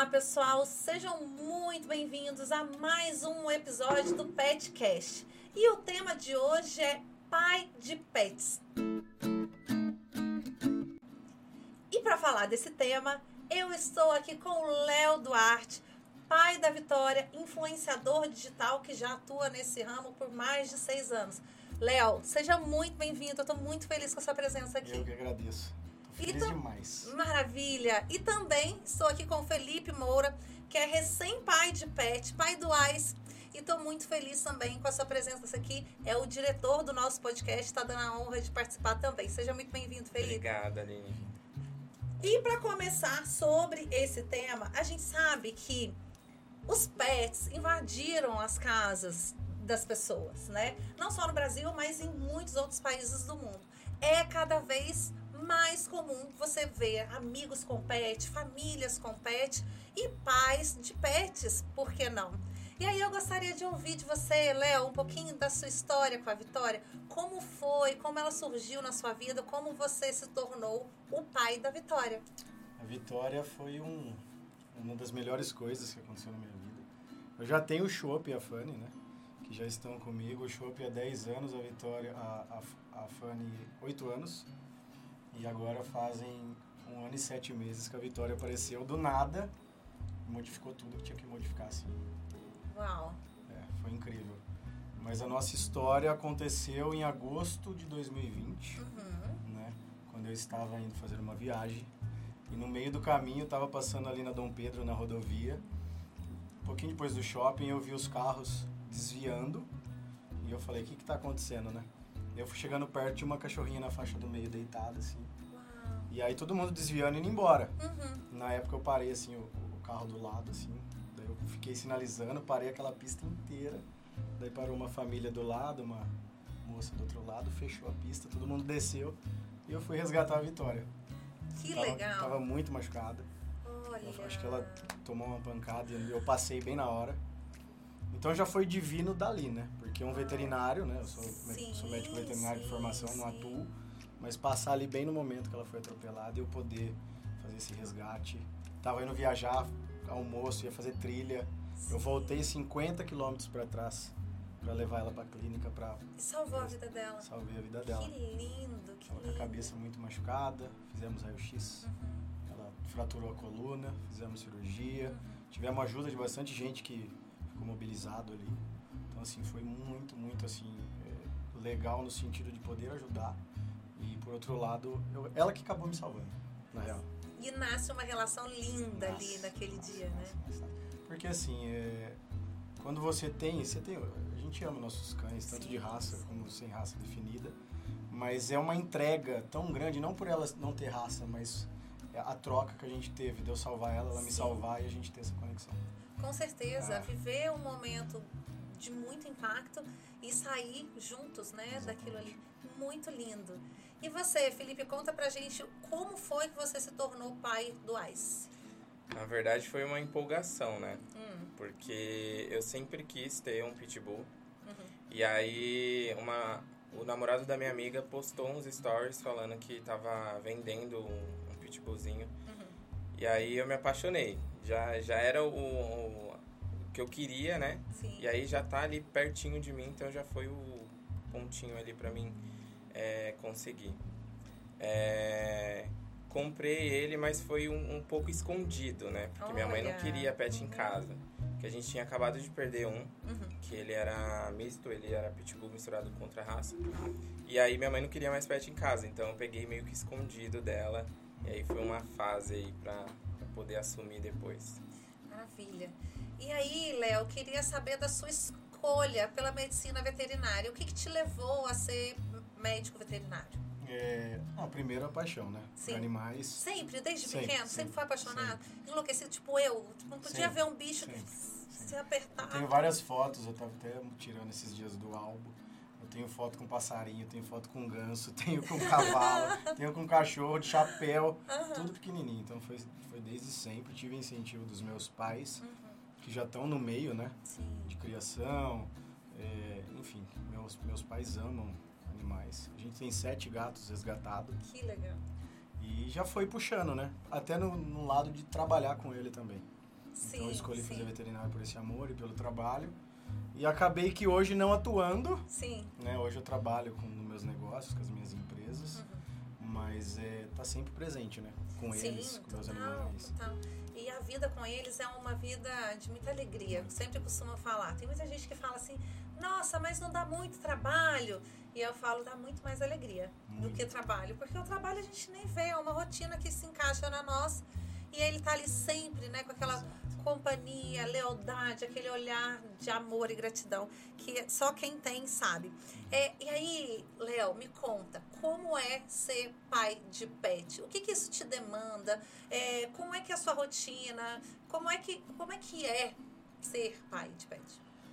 Olá, pessoal! Sejam muito bem-vindos a mais um episódio do PetCast. E o tema de hoje é pai de pets. E para falar desse tema, eu estou aqui com o Léo Duarte, pai da Vitória, influenciador digital que já atua nesse ramo por mais de 6 anos. Léo, seja muito bem-vindo, eu estou muito feliz com a sua presença aqui. Eu que agradeço. Feliz demais. Maravilha! E também estou aqui com o Felipe Moura, que é recém-pai de pet, pai do Ais. E estou muito feliz também com a sua presença aqui. É o diretor do nosso podcast, está dando a honra de participar também. Seja muito bem-vindo, Felipe. Obrigada, Aline. E para começar sobre esse tema, a gente sabe que os pets invadiram as casas das pessoas, né? Não só no Brasil, mas em muitos outros países do mundo. É cada vez mais comum você ver amigos com pet, famílias com pet e pais de pets, por que não? E aí eu gostaria de ouvir de você, Léo, um pouquinho da sua história com a Vitória. Como foi, como ela surgiu na sua vida, como você se tornou o pai da Vitória? A Vitória foi uma das melhores coisas que aconteceu na minha vida. Eu já tenho o Chopp e a Fanny, né? Que já estão comigo. O Chopp há 10 anos, a Vitória, a Fanny 8 anos. E agora fazem 1 ano e 7 meses que a Vitória apareceu do nada e modificou tudo que tinha que modificar, assim. Uau! Foi incrível. Mas a nossa história aconteceu em agosto de 2020, né? Quando eu estava indo fazer uma viagem. E no meio do caminho, eu estava passando ali na Dom Pedro, na rodovia. Um pouquinho depois do shopping, eu vi os carros desviando. E eu falei, o que está acontecendo, né? Eu fui chegando perto de uma cachorrinha na faixa do meio, deitada, assim. Uau. E aí todo mundo desviando e indo embora. Na época eu parei, assim, o carro do lado, assim. Daí eu fiquei sinalizando, parei aquela pista inteira. Daí parou uma família do lado, uma moça do outro lado, fechou a pista, todo mundo desceu. E eu fui resgatar a Vitória. Que legal! Tava muito machucada. Olha. Eu acho que ela tomou uma pancada e eu passei bem na hora. Então já foi divino dali, né? Porque um veterinário, né? Eu sou médico veterinário de formação, não atuo. Mas passar ali bem no momento que ela foi atropelada e eu poder fazer esse resgate. Tava indo viajar, almoço, ia fazer trilha. Eu voltei 50 quilômetros para trás para levar ela para a clínica. E salvou a vida dela. Salvei a vida dela. Que lindo, que ela lindo. Com a cabeça muito machucada, fizemos raio-x. Ela fraturou a coluna, fizemos cirurgia. Tivemos ajuda de bastante gente que ficou mobilizado ali. Então, assim, foi muito, muito, assim, legal no sentido de poder ajudar. E, por outro lado, ela que acabou me salvando, na real. E nasce uma relação linda ali naquele dia, né? Porque, assim, quando você tem... A gente ama nossos cães, tanto de raça como sem raça definida. Mas é uma entrega tão grande, não por ela não ter raça, mas a troca que a gente teve de eu salvar ela, ela me salvar e a gente ter essa conexão. Com certeza, viver um momento de muito impacto e sair juntos, né, daquilo ali. Muito lindo. E você, Felipe, conta pra gente como foi que você se tornou pai do Ais? Na verdade, foi uma empolgação, né? Porque eu sempre quis ter um pitbull. E aí, o namorado da minha amiga postou uns stories falando que tava vendendo um pitbullzinho. E aí, eu me apaixonei. Já era o que eu queria, né? Sim. E aí, já tá ali pertinho de mim, então já foi o pontinho ali pra mim conseguir. Comprei ele, mas foi um pouco escondido, né? Porque minha mãe não queria pet em casa. Que a gente tinha acabado de perder que ele era misto, ele era pitbull misturado com outra raça. E aí minha mãe não queria mais pet em casa, então eu peguei meio que escondido dela. E aí foi uma fase aí pra poder assumir depois. Maravilha. E aí, Léo, eu queria saber da sua escolha pela medicina veterinária. O que te levou a ser médico veterinário? Primeiro a paixão, né? Sim. Por animais. Sempre, desde pequeno? Sempre foi apaixonado? Sempre. Enlouquecido, tipo eu? Não podia ver um bicho que se apertar. Tenho várias fotos, eu tava até tirando esses dias do álbum. Eu tenho foto com passarinho, tenho foto com ganso, tenho com cavalo, tenho com cachorro, de chapéu, tudo pequenininho. Então foi desde sempre. Tive incentivo dos meus pais, que já estão no meio, né? Sim. De criação. Enfim, meus pais amam animais. A gente tem 7 gatos resgatados. Que legal. E já foi puxando, né? Até no lado de trabalhar com ele também. Sim, então eu escolhi sim. fazer veterinário por esse amor e pelo trabalho. E acabei que hoje não atuando, Sim. né? Hoje eu trabalho com meus negócios, com as minhas empresas, mas tá sempre presente, né? Com eles, com meus animais. Total. E a vida com eles é uma vida de muita alegria. Eu sempre costumo falar. Tem muita gente que fala assim, nossa, mas não dá muito trabalho. E eu falo, dá muito mais alegria do que trabalho. Porque o trabalho a gente nem vê, é uma rotina que se encaixa na nossa. E ele tá ali sempre, né, com aquela companhia, lealdade, aquele olhar de amor e gratidão que só quem tem sabe. E aí, Léo, me conta, como é ser pai de pet? O que isso te demanda? Como é que é a sua rotina? Como é que é ser pai de pet?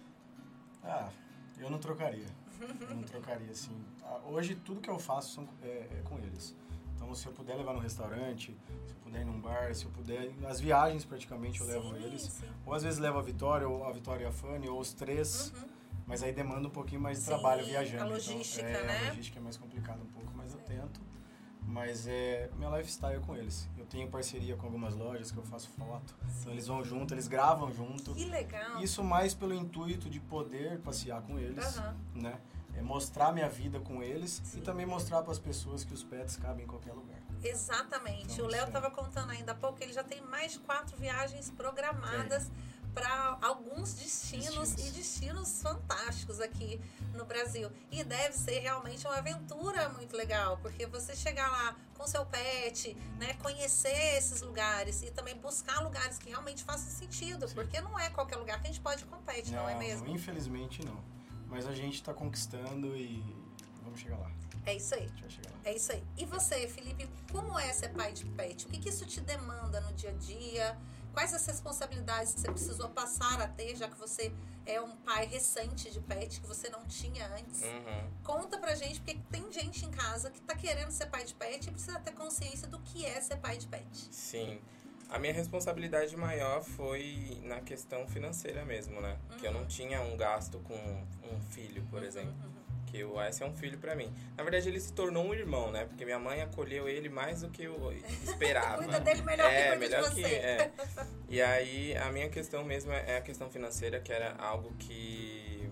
Eu não trocaria. Eu não trocaria, assim. Hoje, tudo que eu faço é com eles. Então, se eu puder levar no restaurante, se eu puder ir num bar, se eu puder... As viagens, praticamente, eu levo eles. Sim. Ou, às vezes, levo a Vitória, ou a Vitória e a Fanny, ou os três. Mas aí demanda um pouquinho mais de trabalho viajando. A logística, então, né? A logística é mais complicada um pouco, mas eu tento. Mas minha lifestyle é com eles. Eu tenho parceria com algumas lojas que eu faço foto. Então, eles vão junto, eles gravam junto. Que legal! Isso mais pelo intuito de poder passear com eles, né? Mostrar minha vida com eles e também mostrar para as pessoas que os pets cabem em qualquer lugar. Exatamente. Então, o Léo estava contando ainda há pouco que ele já tem mais de 4 viagens programadas para alguns destinos e destinos fantásticos aqui no Brasil. E deve ser realmente uma aventura muito legal, porque você chegar lá com seu pet, né, conhecer esses lugares e também buscar lugares que realmente façam sentido, porque não é qualquer lugar que a gente pode ir com pet, não é mesmo? Infelizmente não. Mas a gente está conquistando e vamos chegar lá. É isso aí. A gente vai chegar lá. É isso aí. E você, Felipe, como é ser pai de pet? O que isso te demanda no dia a dia? Quais as responsabilidades que você precisou passar a ter, já que você é um pai recente de pet, que você não tinha antes? Conta pra gente, porque tem gente em casa que tá querendo ser pai de pet e precisa ter consciência do que é ser pai de pet. Sim. A minha responsabilidade maior foi na questão financeira mesmo, né? Que eu não tinha um gasto com um filho, por exemplo. Que o Wes é um filho pra mim. Na verdade, ele se tornou um irmão, né? Porque minha mãe acolheu ele mais do que eu esperava. Cuida dele melhor que cuida de você. E aí, a minha questão mesmo é a questão financeira, que era algo que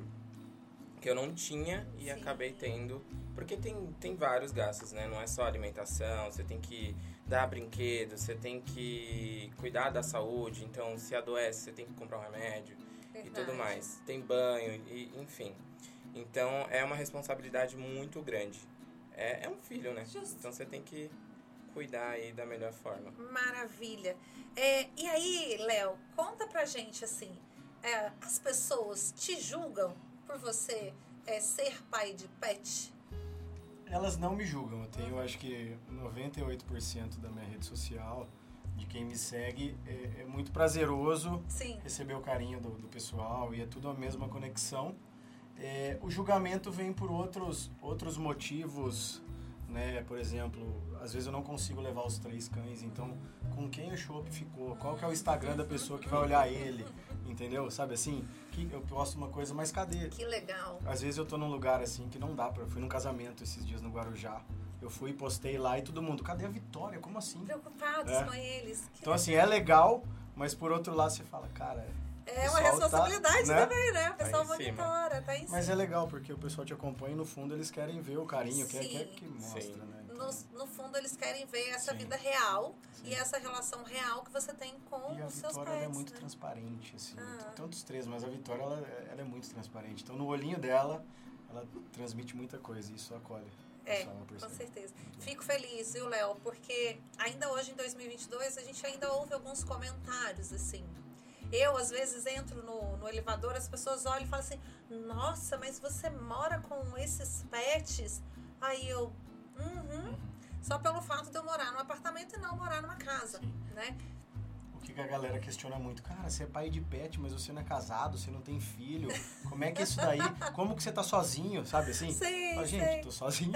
eu não tinha e acabei tendo. Porque tem vários gastos, né? Não é só alimentação, você tem que dar brinquedo, você tem que cuidar da saúde. Então, se adoece, você tem que comprar um remédio e tudo mais. Tem banho, enfim. Então, é uma responsabilidade muito grande. É um filho, né? Justo. Então, você tem que cuidar aí da melhor forma. Maravilha. E aí, Léo, conta pra gente, assim, as pessoas te julgam por você ser pai de pet? Elas não me julgam. Eu tenho, acho que 98% da minha rede social, de quem me segue, é muito prazeroso receber o carinho do pessoal e é tudo a mesma conexão. O julgamento vem por outros motivos, né? Por exemplo, às vezes eu não consigo levar os 3 cães, então com quem o Chopp ficou? Qual que é o Instagram da pessoa que vai olhar ele? Entendeu? Sabe assim? Que eu posto uma coisa, mas cadê? Que legal. Às vezes eu tô num lugar assim que não dá pra... Eu fui num casamento esses dias no Guarujá. Eu fui e postei lá e todo mundo, cadê a Vitória? Como assim? Preocupados com eles. Então assim, é legal, mas por outro lado você fala, cara... É uma responsabilidade também, né? O pessoal monitora, tá em cima. Mas é legal, porque o pessoal te acompanha e no fundo eles querem ver o carinho, quer que mostra, né? Então... No fundo eles querem ver essa vida real e essa relação real que você tem com os seus pets. E a Vitória é muito transparente, assim. Tanto os 3, mas a Vitória ela é muito transparente. Então no olhinho dela, ela transmite muita coisa e isso acolhe. Com certeza. Fico feliz, viu, Léo? Porque ainda hoje, em 2022, a gente ainda ouve alguns comentários, assim. Eu, às vezes, entro no elevador, as pessoas olham e falam assim, nossa, mas você mora com esses pets? Aí eu, Só pelo fato de eu morar num apartamento e não morar numa casa, né? O que a galera questiona muito, cara, você é pai de pet, mas você não é casado, você não tem filho, como é que é isso daí? Como que você tá sozinho, sabe assim? Gente, tô sozinho.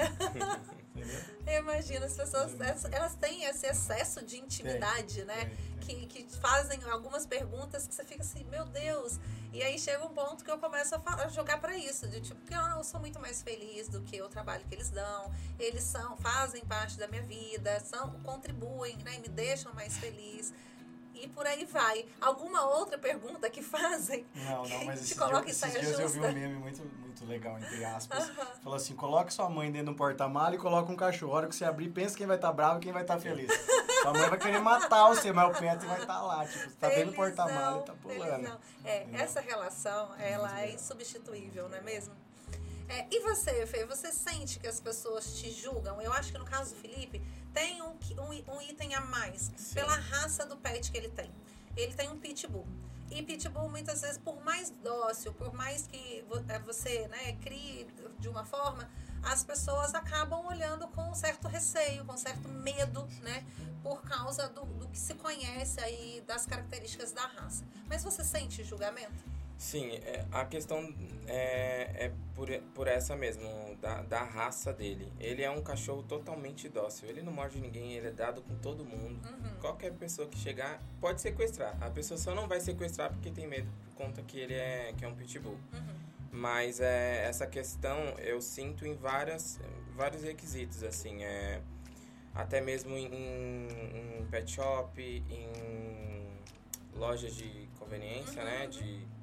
Eu imagino, as pessoas, elas têm esse excesso de intimidade, né? Que fazem algumas perguntas que você fica assim, meu Deus. E aí chega um ponto que eu começo a jogar pra isso, de tipo, que eu sou muito mais feliz do que o trabalho que eles dão. Eles fazem parte da minha vida, contribuem, né? E me deixam mais feliz. e por aí vai. Alguma outra pergunta que fazem? Não, mas te esses dias eu vi um meme muito legal, entre aspas. Falou assim, coloque sua mãe dentro de um porta-mala e coloca um cachorro. A hora que você abrir, pensa quem vai estar bravo e quem vai estar feliz. Sua mãe vai querer matar você, mas o pet vai estar lá. Tipo, você tá dentro do porta-mala e tá pulando. Essa relação, ela é insubstituível, não é mesmo? E você, Fê? Você sente que as pessoas te julgam? Eu acho que no caso do Felipe, tem um item a mais. Sim. Pela raça do pet que ele tem. Ele tem um pitbull. E pitbull, muitas vezes, por mais dócil, por mais que você, né, crie de uma forma, as pessoas acabam olhando com um certo receio, com um certo medo, né? Por causa do que se conhece aí, das características da raça. Mas você sente julgamento? Sim, a questão é por essa mesmo, da raça dele. Ele é um cachorro totalmente dócil. Ele não morde ninguém, ele é dado com todo mundo. Uhum. Qualquer pessoa que chegar pode sequestrar. A pessoa só não vai sequestrar porque tem medo por conta que ele que é um pitbull. Uhum. Mas essa questão eu sinto em vários requisitos, assim. Até mesmo em pet shop, em lojas de conveniência, né? De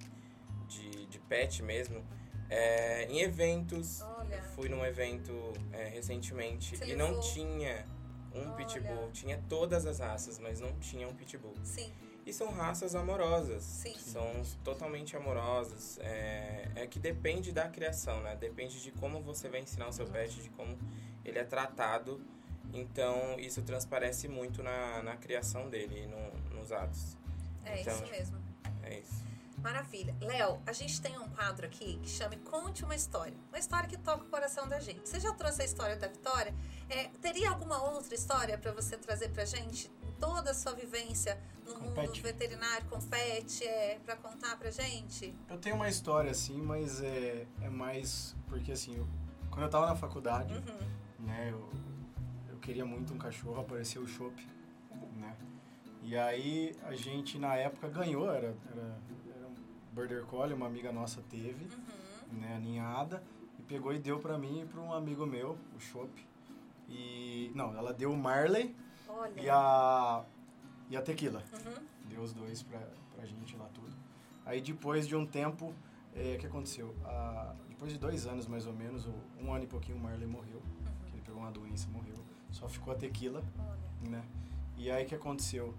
pet mesmo, em eventos. Olha. Fui num evento recentemente. Você e levou? Não tinha um pitbull. Tinha todas as raças, mas não tinha um pitbull. Sim. E são raças amorosas. Sim. São totalmente amorosas. Que depende da criação, né? Depende de como você vai ensinar o seu pet, de como ele é tratado. Então, isso transparece muito na criação dele e nos atos. Então, isso mesmo. É isso. Maravilha. Léo, a gente tem um quadro aqui que chama Conte uma História. Uma história que toca o coração da gente. Você já trouxe a história da Vitória? Teria alguma outra história para você trazer pra gente? Toda a sua vivência no com mundo pet. Veterinário, com pet, para contar pra gente? Eu tenho uma história assim, mas é mais... Porque assim, quando eu tava na faculdade, né, eu queria muito um cachorro, apareceu o Chopp, né? E aí a gente na época ganhou, era Border Collie, uma amiga nossa teve, né, a ninhada, e pegou e deu pra mim e pra um amigo meu, o Chopp. Não, ela deu o Marley. Olha. E a Tequila. Deu os dois pra gente lá tudo. Aí depois de um tempo, o que aconteceu? Depois de 2 anos mais ou menos, 1 ano e pouquinho, o Marley morreu. Que ele pegou uma doença e morreu. Só ficou a Tequila. Olha. Né? E aí o que aconteceu?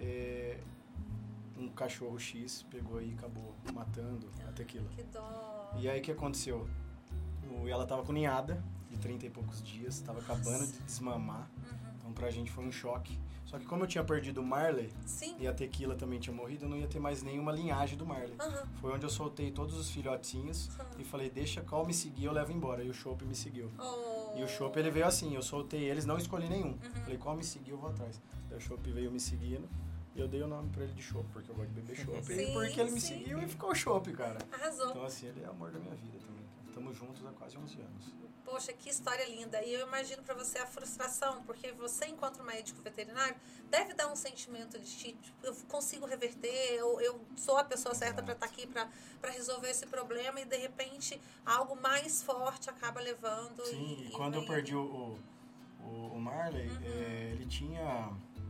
Um cachorro X pegou e acabou matando a Tequila. Que dó. E aí o que aconteceu? Ela tava com ninhada de 30 e poucos dias, tava acabando de desmamar. Então pra gente foi um choque. Só que como eu tinha perdido o Marley, Sim. E a Tequila também tinha morrido, eu não ia ter mais nenhuma linhagem do Marley. Foi onde eu soltei todos os filhotinhos e falei, deixa qual me seguir, eu levo embora. E o Chopp me seguiu. Oh. E o Chopp, ele veio assim, eu soltei eles, não escolhi nenhum. Falei, qual me seguir, eu vou atrás. Daí o Chopp veio me seguindo. E eu dei o nome pra ele de Chopp, porque eu gosto de beber Chopp. E porque ele me seguiu e ficou Chopp, cara. Arrasou. Então, assim, ele é o amor da minha vida também. Estamos juntos há quase 11 anos. Poxa, que história linda. E eu imagino pra você a frustração, porque você, enquanto médico veterinário, deve dar um sentimento de tipo, eu consigo reverter, eu sou a pessoa certa pra estar aqui pra resolver esse problema e, de repente, algo mais forte acaba levando. Sim, e quando eu perdi o Marley, ele tinha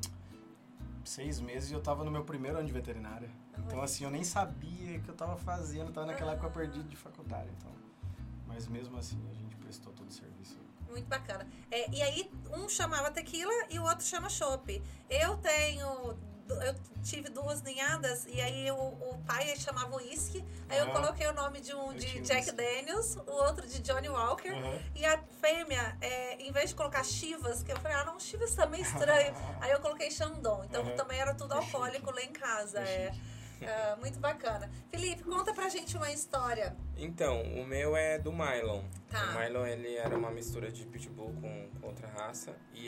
6 meses e eu tava no meu primeiro ano de veterinária. Então, assim, eu nem sabia o que eu tava fazendo. Tava naquela época perdido de faculdade, então. Mas mesmo assim, a gente prestou todo o serviço. Muito bacana. E aí, um chamava Tequila e o outro chama Chopp. Eu tive 2 ninhadas e aí o pai chamava Whisky. Aí eu coloquei o nome de um de Jack Daniels, o outro de Johnny Walker. E a fêmea, em vez de colocar Chivas, que eu falei, não, Chivas tá meio estranho. Aí eu coloquei Chandon. Então também era tudo alcoólico lá em casa. Muito bacana. Felipe, conta pra gente uma história. Então, o meu é do Mylon. Tá. O Mylon, ele era uma mistura de pitbull com outra raça. E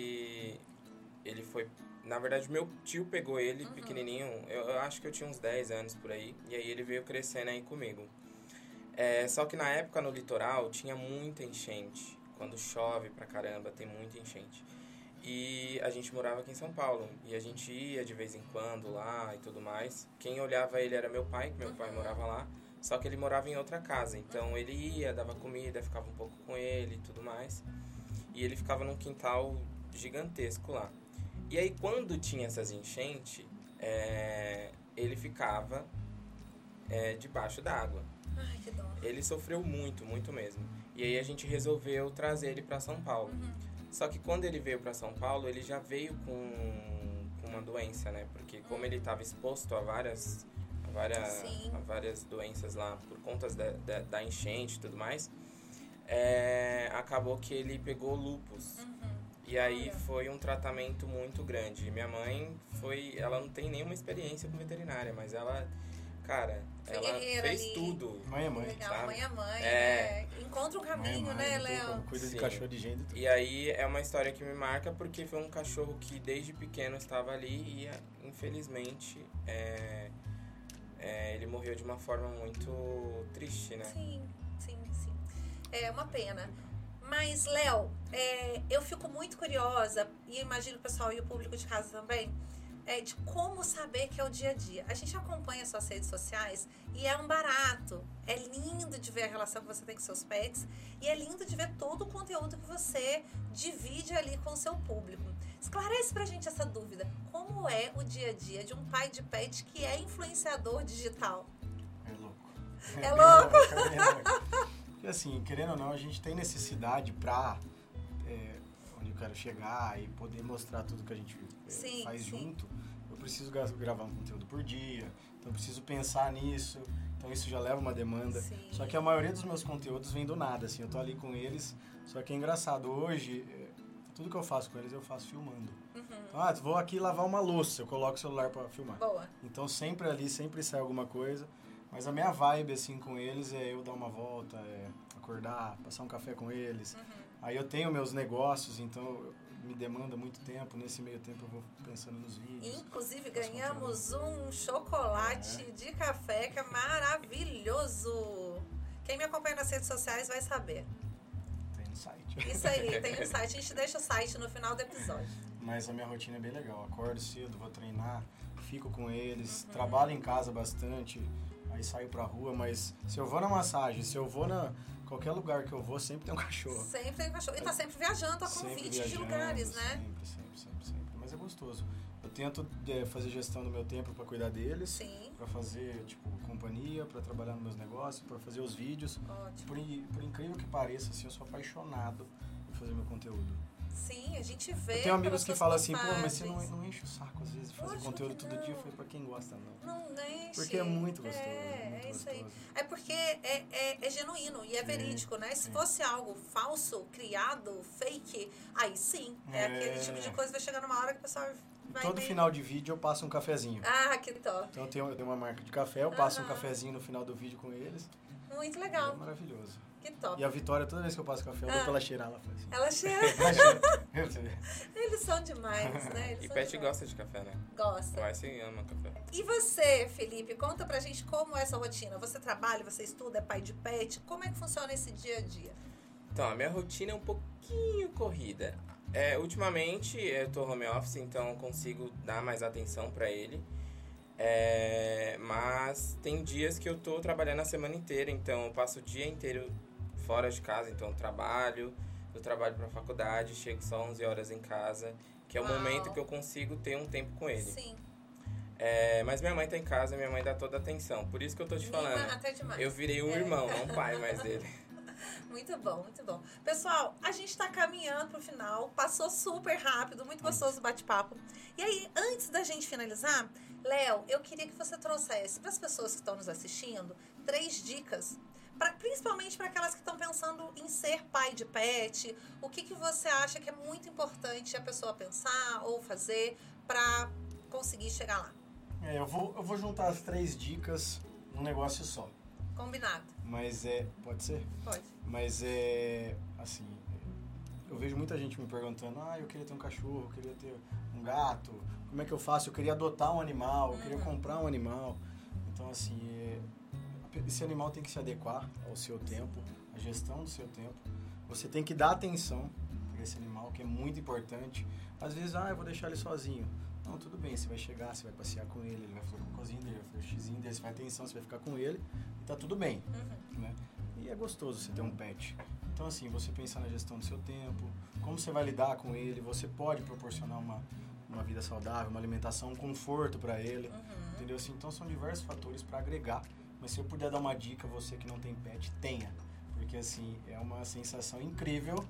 ele foi... Na verdade, meu tio pegou ele pequenininho. Eu acho que eu tinha uns 10 anos por aí. E aí ele veio crescendo aí comigo. Só que na época no litoral tinha muita enchente. Quando chove pra caramba, tem muita enchente. E a gente morava aqui em São Paulo. E a gente ia de vez em quando lá e tudo mais. Quem olhava ele era meu pai, que meu pai morava lá. Só que ele morava em outra casa. Então ele ia, dava comida, ficava um pouco com ele e tudo mais. E ele ficava num quintal gigantesco lá. E aí quando tinha essas enchentes, ele ficava debaixo d'água. Ai, que dó. Ele sofreu muito, muito mesmo. E aí a gente resolveu trazer ele para São Paulo. Só que quando ele veio para São Paulo, ele já veio com uma doença, né? Porque como ele estava exposto a várias doenças lá por conta da enchente e tudo mais, acabou que ele pegou lúpus. E aí foi um tratamento muito grande. E minha mãe ela não tem nenhuma experiência com veterinária, mas ela, cara, ela fez tudo. Mãe é mãe. Legal, sabe? mãe é mãe, né? Encontra um caminho, mãe, né, não tem Léo? como, cuida de Sim. cachorro de jeito. E aí é uma história que me marca porque foi um cachorro que desde pequeno estava ali e infelizmente ele morreu de uma forma muito triste, né? Sim. É uma pena. Mas, Léo, eu fico muito curiosa, e imagino o pessoal e o público de casa também, de como saber que é o dia a dia. A gente acompanha suas redes sociais e é um barato. É lindo de ver a relação que você tem com seus pets e é lindo de ver todo o conteúdo que você divide ali com o seu público. Esclarece pra gente essa dúvida. Como é o dia a dia de um pai de pet que é influenciador digital? É louco. É louco? Porque assim, querendo ou não, a gente tem necessidade pra onde eu quero chegar e poder mostrar tudo que a gente faz junto. Eu preciso gravar um conteúdo por dia, então eu preciso pensar nisso, então isso já leva uma demanda. Sim. Só que a maioria dos meus conteúdos vem do nada, assim, eu tô ali com eles, só que é engraçado, hoje, tudo que eu faço com eles eu faço filmando. Então, vou aqui lavar uma louça, eu coloco o celular pra filmar. Boa. Então sempre sai alguma coisa, mas a minha vibe, assim, com eles é eu dar uma volta, acordar, passar um café com eles. Aí eu tenho meus negócios, então me demanda muito tempo. Nesse meio tempo eu vou pensando nos vídeos. Inclusive, ganhamos um chocolate de café que é maravilhoso. Quem me acompanha nas redes sociais vai saber. Tem no site. Isso aí, tem um site. A gente deixa o site no final do episódio. Mas a minha rotina é bem legal. Acordo cedo, vou treinar, fico com eles, trabalho em casa bastante, aí saio pra rua. Mas se eu vou na massagem, se eu vou qualquer lugar que eu vou, sempre tem um cachorro. Sempre tem um cachorro. E tá sempre viajando a convite de lugares, né? Sempre. Mas é gostoso. Eu tento fazer gestão do meu tempo pra cuidar deles. Sim. Pra fazer, companhia, pra trabalhar nos meus negócios, pra fazer os vídeos. Ótimo. Por incrível que pareça, assim, eu sou apaixonado por fazer meu conteúdo. Sim, a gente vê. Eu tenho amigos que falam assim, postagens. mas você não enche o saco às vezes de fazer conteúdo todo dia. Eu falei, pra quem gosta, não. Não enche. Porque é muito gostoso. É isso aí. Gostoso. É porque é genuíno e é verídico, né? Se fosse algo falso, criado, fake, aí sim. É aquele tipo de coisa que vai chegar numa hora que o pessoal vai... Todo final de vídeo eu passo um cafezinho. Ah, que top. Então eu tenho uma marca de café, eu passo um cafezinho no final do vídeo com eles. Muito legal. É maravilhoso. Que top. E a Vitória, toda vez que eu passo café, eu dou pra ela cheirar, ela faz assim. Ela cheira. Ela Eles são demais, né? E pet gosta de café, né? Gosta. Mas você ama café. E você, Felipe, conta pra gente como é essa rotina. Você trabalha, você estuda, é pai de pet. Como é que funciona esse dia a dia? Então, a minha rotina é um pouquinho corrida. Ultimamente, eu tô home office, então eu consigo dar mais atenção pra ele. Mas tem dias que eu tô trabalhando a semana inteira, então eu passo o dia inteiro fora de casa, então eu trabalho pra faculdade, chego só 11 horas em casa, que é o momento que eu consigo ter um tempo com ele. Sim. Mas minha mãe tá em casa, minha mãe dá toda a atenção, por isso que eu tô te falando. Até demais. Eu virei um irmão, não um pai mais dele. Muito bom, muito bom. Pessoal, a gente tá caminhando pro final, passou super rápido, muito gostoso o bate-papo. E aí, antes da gente finalizar, Léo, eu queria que você trouxesse para as pessoas que estão nos assistindo 3 dicas, principalmente para aquelas que estão pensando em ser pai de pet. O que você acha que é muito importante a pessoa pensar ou fazer para conseguir chegar lá? Eu vou juntar as 3 dicas num negócio só. Combinado. Mas pode ser? Pode. Mas assim, eu vejo muita gente me perguntando, eu queria ter um cachorro, eu queria ter um gato, como é que eu faço? Eu queria adotar um animal, eu queria comprar um animal. Então, assim, esse animal tem que se adequar ao seu tempo, à gestão do seu tempo. Você tem que dar atenção para esse animal, que é muito importante. Às vezes, eu vou deixar ele sozinho. Não, tudo bem, você vai chegar, você vai passear com ele, ele vai fazer o cocôzinho dele, vai fazer o xizinho dele, você vai ter atenção, você vai ficar com ele e tá tudo bem, né? E é gostoso você ter um pet. Então, assim, você pensar na gestão do seu tempo, como você vai lidar com ele, você pode proporcionar uma vida saudável, uma alimentação, um conforto para ele, entendeu? Assim, então são diversos fatores para agregar, mas se eu puder dar uma dica, você que não tem pet, tenha, porque assim, é uma sensação incrível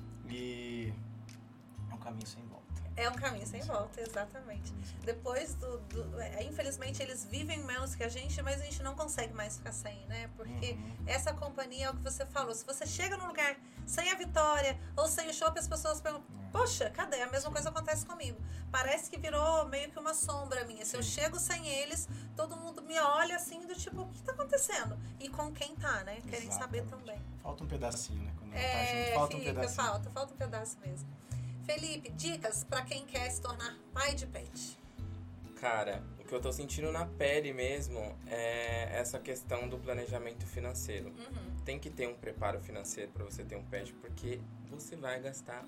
e é um caminho sem volta. É um caminho sem volta, exatamente. Depois infelizmente, eles vivem menos que a gente, mas a gente não consegue mais ficar sem, né? Porque essa companhia é o que você falou. Se você chega num lugar sem a Vitória ou sem o shopping, as pessoas perguntam, poxa, cadê? A mesma coisa acontece comigo. Parece que virou meio que uma sombra minha. Se eu chego sem eles, todo mundo me olha assim, do tipo, o que tá acontecendo? E com quem tá, né? Querem saber também. Falta um pedacinho, né? Quando ela tá junto, falta um pedacinho. Falta um pedaço mesmo. Felipe, dicas para quem quer se tornar pai de pet. Cara, o que eu tô sentindo na pele mesmo é essa questão do planejamento financeiro. Tem que ter um preparo financeiro para você ter um pet, porque você vai gastar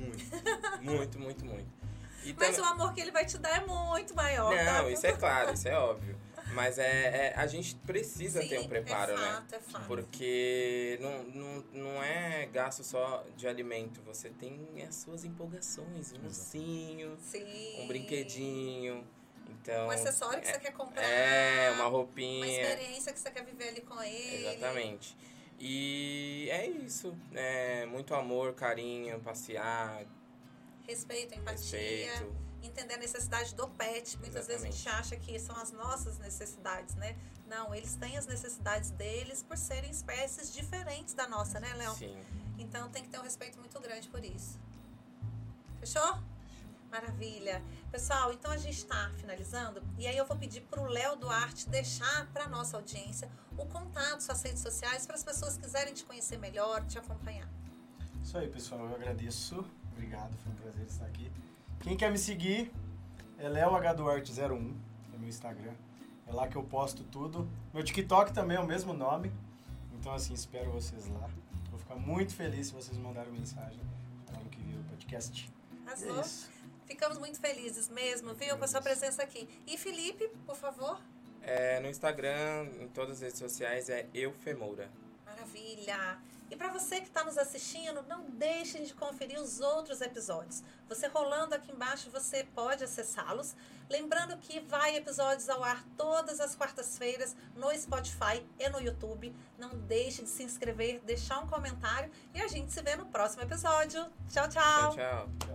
muito, muito, muito. E mas o amor que ele vai te dar é muito maior. Não, tá? isso é claro, isso é óbvio. Mas a gente precisa ter um preparo, né? É fato. Porque não é gasto só de alimento. Você tem as suas empolgações, um ursinho, um brinquedinho. Então, um acessório que você quer comprar. Uma roupinha. Uma experiência que você quer viver ali com ele. Exatamente. E é isso. Muito amor, carinho, passear. Respeito, empatia. Entender a necessidade do pet. Muitas vezes a gente acha que são as nossas necessidades, né? Não, eles têm as necessidades deles por serem espécies diferentes da nossa, né, Léo? Sim. Então tem que ter um respeito muito grande por isso. Fechou? Maravilha. Pessoal, então a gente está finalizando. E aí eu vou pedir para o Léo Duarte deixar para a nossa audiência o contato, suas redes sociais, para as pessoas que quiserem te conhecer melhor, te acompanhar. Isso aí, pessoal. Eu agradeço. Obrigado, foi um prazer estar aqui. Quem quer me seguir é leohduarte01, é meu Instagram. É lá que eu posto tudo. Meu TikTok também é o mesmo nome. Então, assim, espero vocês lá. Vou ficar muito feliz se vocês mandarem mensagem falando que viram o podcast. Arrasou. É isso. Ficamos muito felizes mesmo, viu, com a sua presença aqui. E Felipe, por favor? No Instagram, em todas as redes sociais, é eufemoura. Maravilha! E para você que está nos assistindo, não deixem de conferir os outros episódios. Você rolando aqui embaixo, você pode acessá-los. Lembrando que vai episódios ao ar todas as quartas-feiras no Spotify e no YouTube. Não deixe de se inscrever, deixar um comentário e a gente se vê no próximo episódio. Tchau, tchau! Tchau, tchau.